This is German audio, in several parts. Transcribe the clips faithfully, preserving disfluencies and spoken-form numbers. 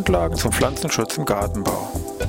Grundlagen zum Pflanzenschutz im Gartenbau.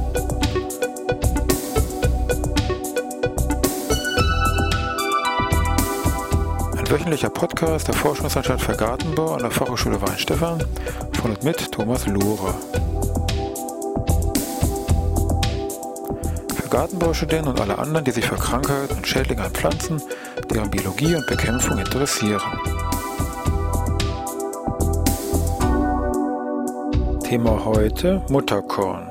Ein wöchentlicher Podcast der Forschungsanstalt für Gartenbau an der Fachhochschule Weihenstephan von und mit Thomas Lohrer. Für Gartenbaustudenten und alle anderen, die sich für Krankheiten und Schädlinge an Pflanzen, deren Biologie und Bekämpfung interessieren. Thema heute: Mutterkorn.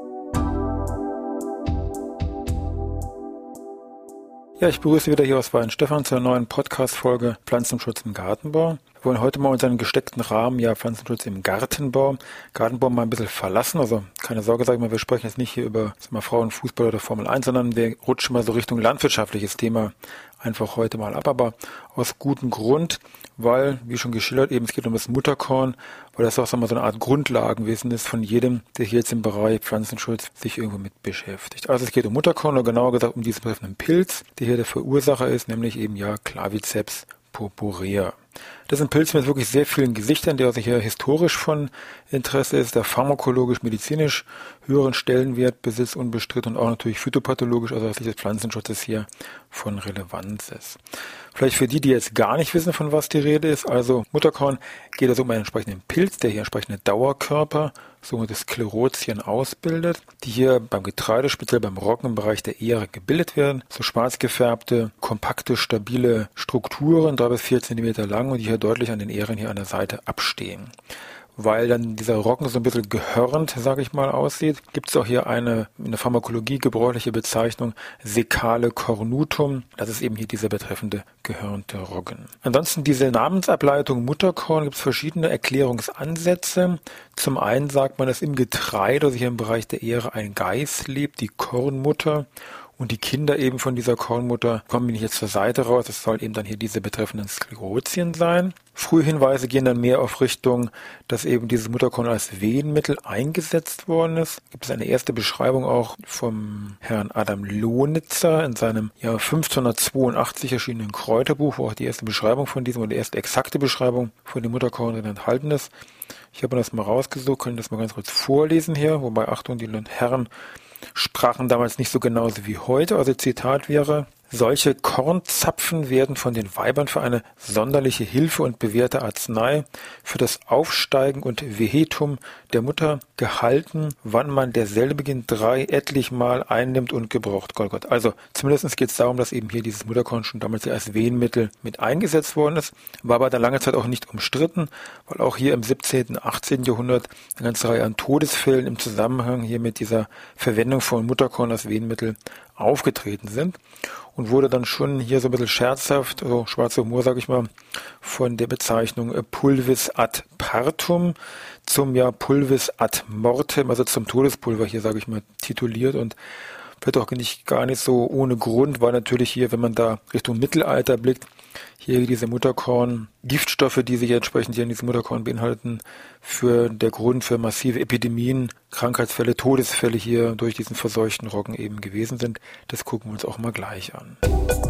Ja, ich begrüße wieder hier aus Weihenstephan zur neuen Podcast-Folge Pflanzenschutz im Gartenbau. Wir wollen heute mal unseren gesteckten Rahmen, ja, Pflanzenschutz im Gartenbau, Gartenbau mal ein bisschen verlassen. Also keine Sorge, sage ich mal, wir sprechen jetzt nicht hier über mal Frauenfußball oder Formel eins, sondern wir rutschen mal so Richtung landwirtschaftliches Thema einfach heute mal ab. Aber aus gutem Grund, weil, wie schon geschildert, eben es geht um das Mutterkorn, weil das auch so eine Art Grundlagenwissen ist von jedem, der hier jetzt im Bereich Pflanzenschutz sich irgendwo mit beschäftigt. Also es geht um Mutterkorn, oder genauer gesagt um diesen betreffenden Pilz, der hier der Verursacher ist, nämlich eben ja Claviceps purpurea. Das ist ein Pilz mit wirklich sehr vielen Gesichtern, der also hier historisch von Interesse ist, der pharmakologisch-medizinisch höheren Stellenwert besitzt, unbestritten, und auch natürlich phytopathologisch, also aus Sicht des Pflanzenschutzes hier von Relevanz ist. Vielleicht für die, die jetzt gar nicht wissen, von was die Rede ist, also Mutterkorn geht also um einen entsprechenden Pilz, der hier entsprechende Dauerkörper, sogenannte Sklerotien, ausbildet, die hier beim Getreide, speziell beim Roggen im Bereich der Ähre gebildet werden. So schwarz gefärbte, kompakte, stabile Strukturen, drei bis vier Zentimeter lang, und die hier deutlich an den Ähren hier an der Seite abstehen. Weil dann dieser Roggen so ein bisschen gehörnt, sage ich mal, aussieht, gibt es auch hier eine in der Pharmakologie gebräuchliche Bezeichnung Secale cornutum. Das ist eben hier dieser betreffende gehörnte Roggen. Ansonsten diese Namensableitung Mutterkorn gibt es verschiedene Erklärungsansätze. Zum einen sagt man, dass im Getreide, also hier im Bereich der Ähre, ein Geiß lebt, die Kornmutter. Und die Kinder eben von dieser Kornmutter kommen nicht jetzt zur Seite raus. Das soll eben dann hier diese betreffenden Sklerotien sein. Frühe Hinweise gehen dann mehr auf Richtung, dass eben dieses Mutterkorn als Wehenmittel eingesetzt worden ist. Gibt es eine erste Beschreibung auch vom Herrn Adam Lohnitzer in seinem ja fünfzehnhundertzweiundachtzig erschienenen Kräuterbuch, wo auch die erste Beschreibung von diesem oder die erste exakte Beschreibung von dem Mutterkorn enthalten ist. Ich habe mir das mal rausgesucht, kann das mal ganz kurz vorlesen hier, wobei, Achtung, die Herren sprachen damals nicht so genauso wie heute. Also Zitat wäre: Solche Kornzapfen werden von den Weibern für eine sonderliche Hilfe und bewährte Arznei für das Aufsteigen und Vehetum der Mutter gehalten, wann man derselbigen drei etlich Mal einnimmt und gebraucht. Gott, Gott. Also zumindest geht es darum, dass eben hier dieses Mutterkorn schon damals ja als Wehenmittel mit eingesetzt worden ist, war aber dann lange Zeit auch nicht umstritten, weil auch hier im siebzehnten, achtzehnten Jahrhundert eine ganze Reihe an Todesfällen im Zusammenhang hier mit dieser Verwendung von Mutterkorn als Wehenmittel aufgetreten sind. Und wurde dann schon hier so ein bisschen scherzhaft, also schwarzer Humor, sage ich mal, von der Bezeichnung Pulvis ad partum zum ja Pulvis ad mortem, also zum Todespulver hier, sage ich mal, tituliert, und wird auch nicht gar nicht so ohne Grund, weil natürlich hier, wenn man da Richtung Mittelalter blickt, hier diese Mutterkorn-Giftstoffe, die sich entsprechend hier in diesem Mutterkorn beinhalten, für der Grund für massive Epidemien, Krankheitsfälle, Todesfälle hier durch diesen verseuchten Roggen eben gewesen sind. Das gucken wir uns auch mal gleich an.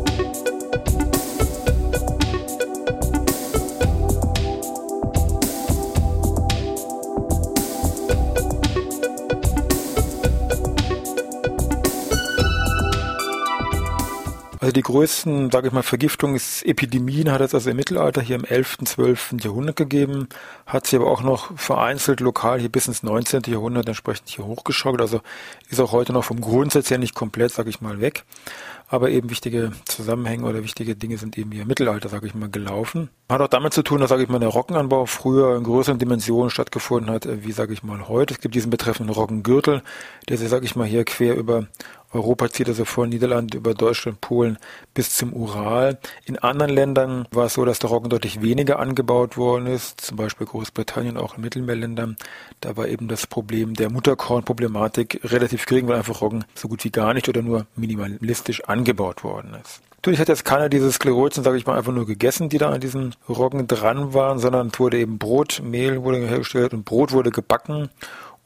Also die größten, sage ich mal, Vergiftungsepidemien hat es also im Mittelalter hier im elften, zwölften Jahrhundert gegeben, hat sie aber auch noch vereinzelt lokal hier bis ins neunzehnten Jahrhundert entsprechend hier hochgeschaukelt, also ist auch heute noch vom Grundsatz her nicht komplett, sage ich mal, weg. Aber eben wichtige Zusammenhänge oder wichtige Dinge sind eben hier im Mittelalter, sage ich mal, gelaufen. Hat auch damit zu tun, dass, sage ich mal, der Roggenanbau früher in größeren Dimensionen stattgefunden hat, wie, sage ich mal, heute. Es gibt diesen betreffenden Roggengürtel, der sich, sage ich mal, hier quer über Europa zieht, also von Niederland über Deutschland, Polen bis zum Ural. In anderen Ländern war es so, dass der Roggen deutlich weniger angebaut worden ist, zum Beispiel Großbritannien, auch in Mittelmeerländern. Da war eben das Problem der Mutterkornproblematik relativ gering, weil einfach Roggen so gut wie gar nicht oder nur minimalistisch angebaut worden ist. Natürlich hat jetzt keiner diese Sklerotien, sage ich mal, einfach nur gegessen, die da an diesem Roggen dran waren, sondern es wurde eben Brot, Mehl wurde hergestellt und Brot wurde gebacken.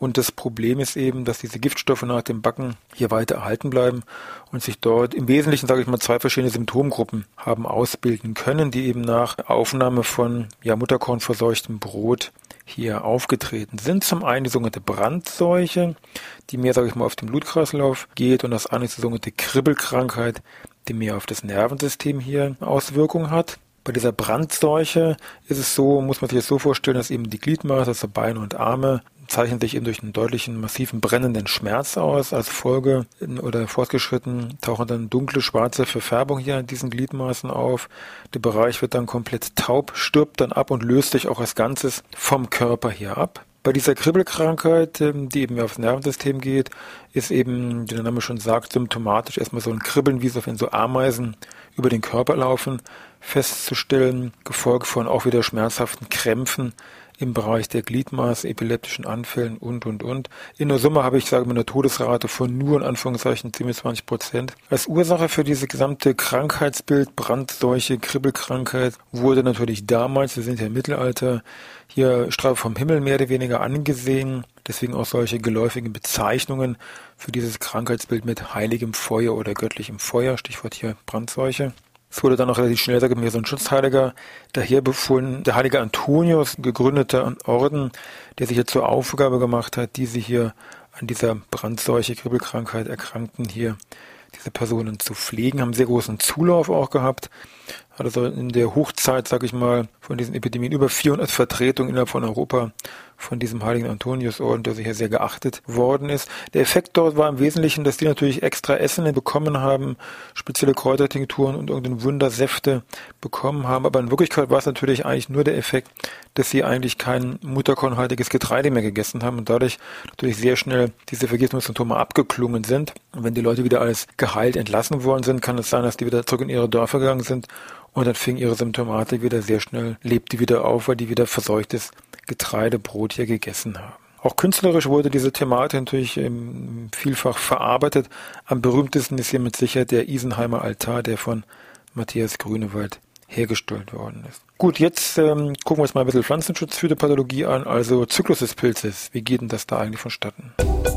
Und das Problem ist eben, dass diese Giftstoffe nach dem Backen hier weiter erhalten bleiben und sich dort im Wesentlichen, sage ich mal, zwei verschiedene Symptomgruppen haben ausbilden können, die eben nach Aufnahme von ja, mutterkornverseuchtem Brot hier aufgetreten sind. Zum einen die sogenannte Brandseuche, die mehr, sage ich mal, auf den Blutkreislauf geht, und das andere ist die sogenannte Kribbelkrankheit, die mehr auf das Nervensystem hier Auswirkungen hat. Bei dieser Brandseuche ist es so, muss man sich das so vorstellen, dass eben die Gliedmaßen, also Beine und Arme, zeichnen sich eben durch einen deutlichen, massiven, brennenden Schmerz aus. Als Folge oder fortgeschritten tauchen dann dunkle, schwarze Verfärbung hier an diesen Gliedmaßen auf. Der Bereich wird dann komplett taub, stirbt dann ab und löst sich auch als Ganzes vom Körper hier ab. Bei dieser Kribbelkrankheit, die eben aufs Nervensystem geht, ist eben, wie der Name schon sagt, symptomatisch erstmal so ein Kribbeln, wie so wenn so Ameisen über den Körper laufen, festzustellen, gefolgt von auch wieder schmerzhaften Krämpfen im Bereich der Gliedmaße, epileptischen Anfällen und, und, und. In der Summe habe ich, sage ich mal, eine Todesrate von nur in Anführungszeichen zehn bis zwanzig Prozent. Als Ursache für diese gesamte Krankheitsbild, Brandseuche, Kribbelkrankheit wurde natürlich damals, wir sind ja im Mittelalter, hier Strafe vom Himmel mehr oder weniger angesehen. Deswegen auch solche geläufigen Bezeichnungen für dieses Krankheitsbild mit heiligem Feuer oder göttlichem Feuer, Stichwort hier Brandseuche. Es wurde dann auch relativ schnell, sage ich mir, so ein Schutzheiliger daher befunden, der heilige Antonius, gegründeter Orden, der sich jetzt zur Aufgabe gemacht hat, diese hier an dieser Brandseuche, Kribbelkrankheit Erkrankten hier, diese Personen zu pflegen, haben sehr großen Zulauf auch gehabt. Also in der Hochzeit, sage ich mal, von diesen Epidemien über vierhundert Vertretungen innerhalb von Europa von diesem heiligen Antoniusorden, der sicher sehr geachtet worden ist. Der Effekt dort war im Wesentlichen, dass die natürlich extra Essen bekommen haben, spezielle Kräutertinkturen und irgendeine Wundersäfte bekommen haben. Aber in Wirklichkeit war es natürlich eigentlich nur der Effekt, dass sie eigentlich kein mutterkornhaltiges Getreide mehr gegessen haben und dadurch natürlich sehr schnell diese Vergiftungssymptome abgeklungen sind. Und wenn die Leute wieder als geheilt entlassen worden sind, kann es sein, dass die wieder zurück in ihre Dörfer gegangen sind. Und dann fing ihre Symptomatik wieder sehr schnell, lebt die wieder auf, weil die wieder verseuchtes Getreidebrot hier gegessen haben. Auch künstlerisch wurde diese Thematik natürlich ähm, vielfach verarbeitet. Am berühmtesten ist hier mit Sicherheit der Isenheimer Altar, der von Matthias Grünewald hergestellt worden ist. Gut, jetzt ähm, gucken wir uns mal ein bisschen Pflanzenschutzphytopathologie an, also Zyklus des Pilzes. Wie geht denn das da eigentlich vonstatten?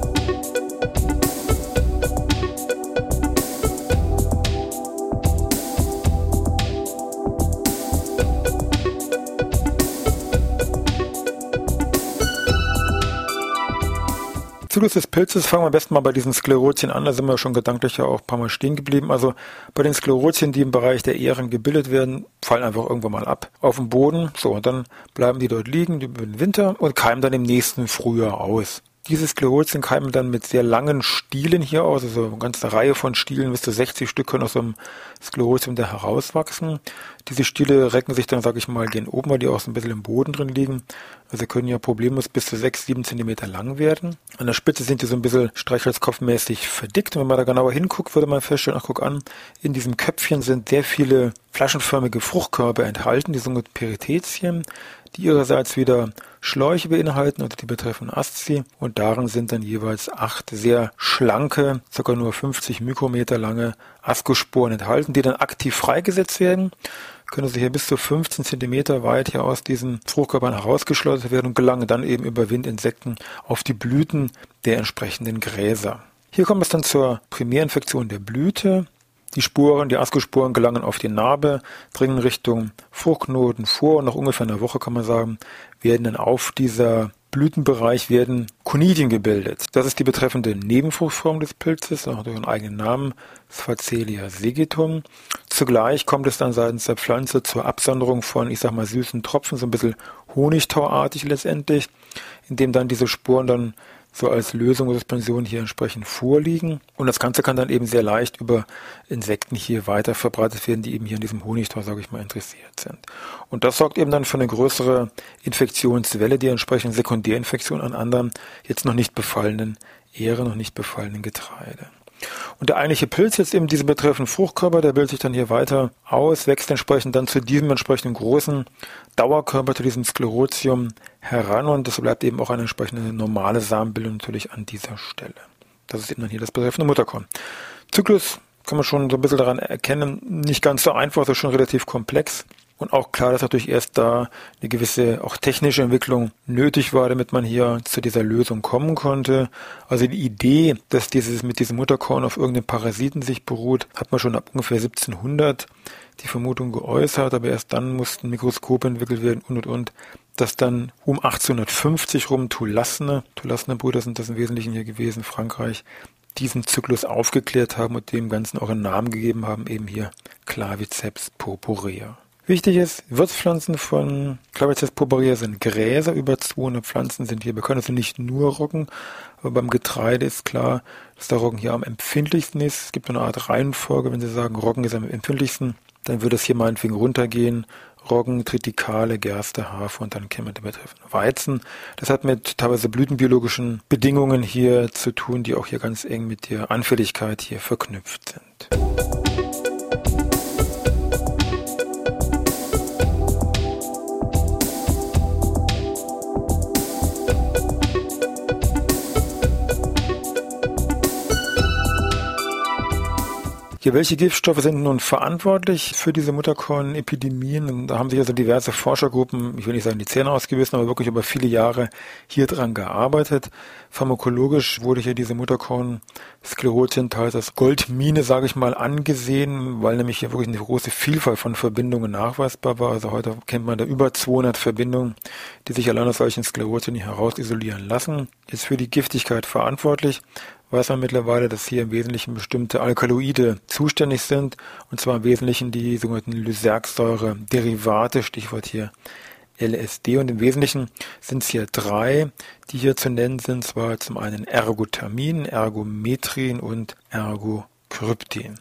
Zyklus des Pilzes, fangen wir am besten mal bei diesen Sklerotien an, da sind wir schon gedanklich ja auch ein paar Mal stehen geblieben. Also bei den Sklerotien, die im Bereich der Ähren gebildet werden, fallen einfach irgendwann mal ab auf den Boden. So, und dann bleiben die dort liegen über den Winter und keimen dann im nächsten Frühjahr aus. Diese Sklerotien keimen dann mit sehr langen Stielen hier aus, also eine ganze Reihe von Stielen, bis zu sechzig Stück können aus so einem Sklerotium da herauswachsen. Diese Stiele recken sich dann, sage ich mal, gen oben, weil die auch so ein bisschen im Boden drin liegen. Also können ja problemlos bis zu sechs, sieben Zentimeter lang werden. An der Spitze sind die so ein bisschen streichholzkopfmäßig verdickt. Und wenn man da genauer hinguckt, würde man feststellen, ach guck an, in diesem Köpfchen sind sehr viele flaschenförmige Fruchtkörper enthalten, die sogenannten Perithecien, die ihrerseits wieder Schläuche beinhalten oder die betreffen Asci, und darin sind dann jeweils acht sehr schlanke, ca. nur fünfzig Mikrometer lange Ascosporen enthalten, die dann aktiv freigesetzt werden, können sie hier bis zu fünfzehn Zentimeter weit hier aus diesen Fruchtkörpern herausgeschleudert werden und gelangen dann eben über Windinsekten auf die Blüten der entsprechenden Gräser. Hier kommt es dann zur Primärinfektion der Blüte. Die Sporen, die Ascosporen gelangen auf die Narbe, dringen Richtung Fruchtknoten vor und nach ungefähr einer Woche, kann man sagen, werden dann auf dieser Blütenbereich werden Conidien gebildet. Das ist die betreffende Nebenfruchtform des Pilzes, auch durch einen eigenen Namen, Phacelia segetum. Zugleich kommt es dann seitens der Pflanze zur Absonderung von, ich sag mal, süßen Tropfen, so ein bisschen honigtauartig letztendlich, indem dann diese Sporen dann so als Lösung oder Suspension hier entsprechend vorliegen. Und das Ganze kann dann eben sehr leicht über Insekten hier weiter verbreitet werden, die eben hier in diesem Honigtau, sage ich mal, interessiert sind. Und das sorgt eben dann für eine größere Infektionswelle, die entsprechend Sekundärinfektion an anderen, jetzt noch nicht befallenen Ähren, noch nicht befallenen Getreide. Und der eigentliche Pilz, jetzt eben diese betreffenden Fruchtkörper, der bildet sich dann hier weiter aus, wächst entsprechend dann zu diesem entsprechenden großen Dauerkörper, zu diesem Sklerotium heran, und das bleibt eben auch eine entsprechende normale Samenbildung natürlich an dieser Stelle. Das ist eben dann hier das betreffende Mutterkorn. Zyklus kann man schon so ein bisschen daran erkennen, nicht ganz so einfach, das ist schon relativ komplex. Und auch klar, dass natürlich erst da eine gewisse auch technische Entwicklung nötig war, damit man hier zu dieser Lösung kommen konnte. Also die Idee, dass dieses mit diesem Mutterkorn auf irgendeinem Parasiten sich beruht, hat man schon ab ungefähr siebzehnhundert die Vermutung geäußert, aber erst dann mussten Mikroskope entwickelt werden und und und. Dass dann um achtzehnhundertfünfzig rum Tulassene, Tulassene Brüder sind das im Wesentlichen hier gewesen, Frankreich, diesen Zyklus aufgeklärt haben und dem Ganzen auch einen Namen gegeben haben, eben hier Claviceps purpurea. Wichtig ist, Wirtspflanzen von Claviceps purpurea sind Gräser, über zweihundert Pflanzen sind hier bekannt, also nicht nur Roggen, aber beim Getreide ist klar, dass der Roggen hier am empfindlichsten ist. Es gibt eine Art Reihenfolge, wenn Sie sagen, Roggen ist am empfindlichsten, dann würde es hier meinetwegen runtergehen, Roggen, Tritikale, Gerste, Hafer und dann käme der betreffende Weizen. Das hat mit teilweise blütenbiologischen Bedingungen hier zu tun, die auch hier ganz eng mit der Anfälligkeit hier verknüpft sind. Ja, welche Giftstoffe sind nun verantwortlich für diese Mutterkorn-Epidemien? Und da haben sich also diverse Forschergruppen, ich will nicht sagen die Zähne ausgebissen, aber wirklich über viele Jahre hier dran gearbeitet. Pharmakologisch wurde hier diese Mutterkorn-Sklerotien teils als Goldmine, sage ich mal, angesehen, weil nämlich hier wirklich eine große Vielfalt von Verbindungen nachweisbar war. Also heute kennt man da über zweihundert Verbindungen, die sich allein aus solchen Sklerotien herausisolieren lassen. Ist für die Giftigkeit verantwortlich. Weiß man mittlerweile, dass hier im Wesentlichen bestimmte Alkaloide zuständig sind, und zwar im Wesentlichen die sogenannten Lysergsäure-Derivate, Stichwort hier L S D, und im Wesentlichen sind es hier drei, die hier zu nennen sind, zwar zum einen Ergotamin, Ergometrin und Ergocryptin.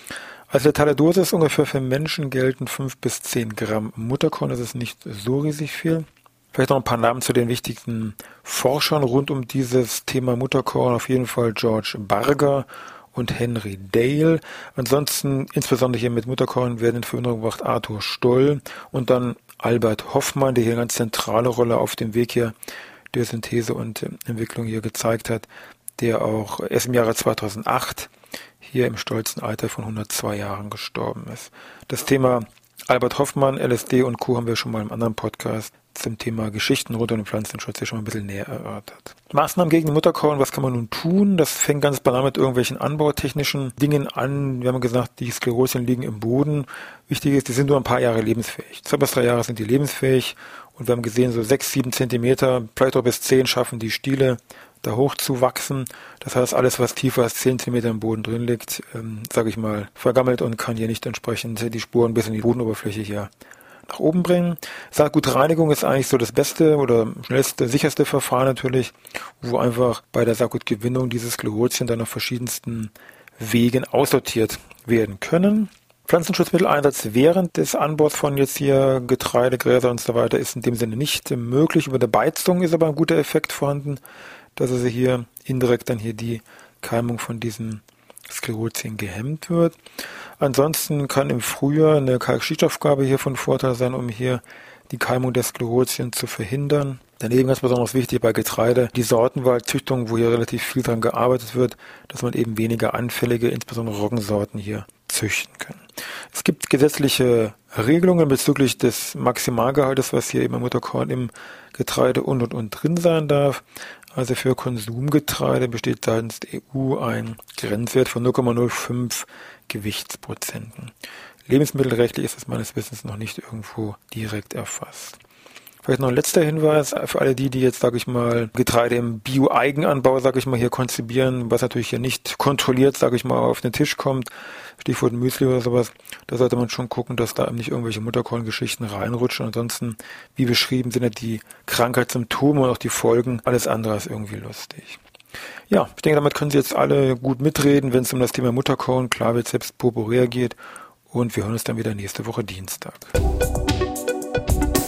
Als letale Dosis ungefähr für Menschen gelten fünf bis zehn Gramm Mutterkorn, das ist nicht so riesig viel. Vielleicht noch ein paar Namen zu den wichtigsten Forschern rund um dieses Thema Mutterkorn. Auf jeden Fall George Barger und Henry Dale. Ansonsten, insbesondere hier mit Mutterkorn, werden in Verbindung gebracht Arthur Stoll und dann Albert Hoffmann, der hier eine ganz zentrale Rolle auf dem Weg hier der Synthese und Entwicklung hier gezeigt hat, der auch erst im Jahre zweitausendacht hier im stolzen Alter von hundertzwei Jahren gestorben ist. Das Thema Albert Hoffmann, L S D und Co. haben wir schon mal im anderen Podcast zum Thema Geschichten rund um den Pflanzenschutz hier schon mal ein bisschen näher erörtert. Maßnahmen gegen den Mutterkorn, was kann man nun tun? Das fängt ganz banal mit irgendwelchen anbautechnischen Dingen an. Wir haben gesagt, die Sklerotien liegen im Boden. Wichtig ist, die sind nur ein paar Jahre lebensfähig. Zwei bis drei Jahre sind die lebensfähig. Und wir haben gesehen, so sechs, sieben Zentimeter, vielleicht auch bis zehn schaffen die Stiele da hoch zu wachsen. Das heißt, alles, was tiefer als zehn Zentimeter im Boden drin liegt, ähm, sage ich mal, vergammelt und kann hier nicht entsprechend die Spuren bis in die Bodenoberfläche hier nach oben bringen. Saatgutreinigung ist eigentlich so das beste oder schnellste, sicherste Verfahren natürlich, wo einfach bei der Saatgutgewinnung diese Sklerotien dann auf verschiedensten Wegen aussortiert werden können. Pflanzenschutzmitteleinsatz während des Anbaus von jetzt hier Getreide, Gräser und so weiter ist in dem Sinne nicht möglich. Über der Beizung ist aber ein guter Effekt vorhanden, dass also hier indirekt dann hier die Keimung von diesen Sklerotien gehemmt wird. Ansonsten kann im Frühjahr eine Kalkstickstoffgabe hier von Vorteil sein, um hier die Keimung der Sklerotien zu verhindern. Daneben ganz besonders wichtig bei Getreide die Sortenwahlzüchtung, wo hier relativ viel dran gearbeitet wird, dass man eben weniger anfällige, insbesondere Roggensorten hier züchten kann. Es gibt gesetzliche Regelungen bezüglich des Maximalgehaltes, was hier eben im Mutterkorn im Getreide und und und drin sein darf. Also für Konsumgetreide besteht seitens der E U ein Grenzwert von null Komma null fünf Gewichtsprozenten. Lebensmittelrechtlich ist es meines Wissens noch nicht irgendwo direkt erfasst. Vielleicht noch ein letzter Hinweis für alle die, die jetzt, sage ich mal, Getreide im Bio-Eigenanbau, sage ich mal, hier konzipieren, was natürlich hier nicht kontrolliert, sage ich mal, auf den Tisch kommt, Stichwort Müsli oder sowas, da sollte man schon gucken, dass da eben nicht irgendwelche Mutterkorngeschichten reinrutschen. Ansonsten, wie beschrieben, sind ja die Krankheitssymptome und auch die Folgen alles andere als irgendwie lustig. Ja, ich denke, damit können Sie jetzt alle gut mitreden, wenn es um das Thema Mutterkorn, Claviceps purpurea geht, und wir hören uns dann wieder nächste Woche Dienstag.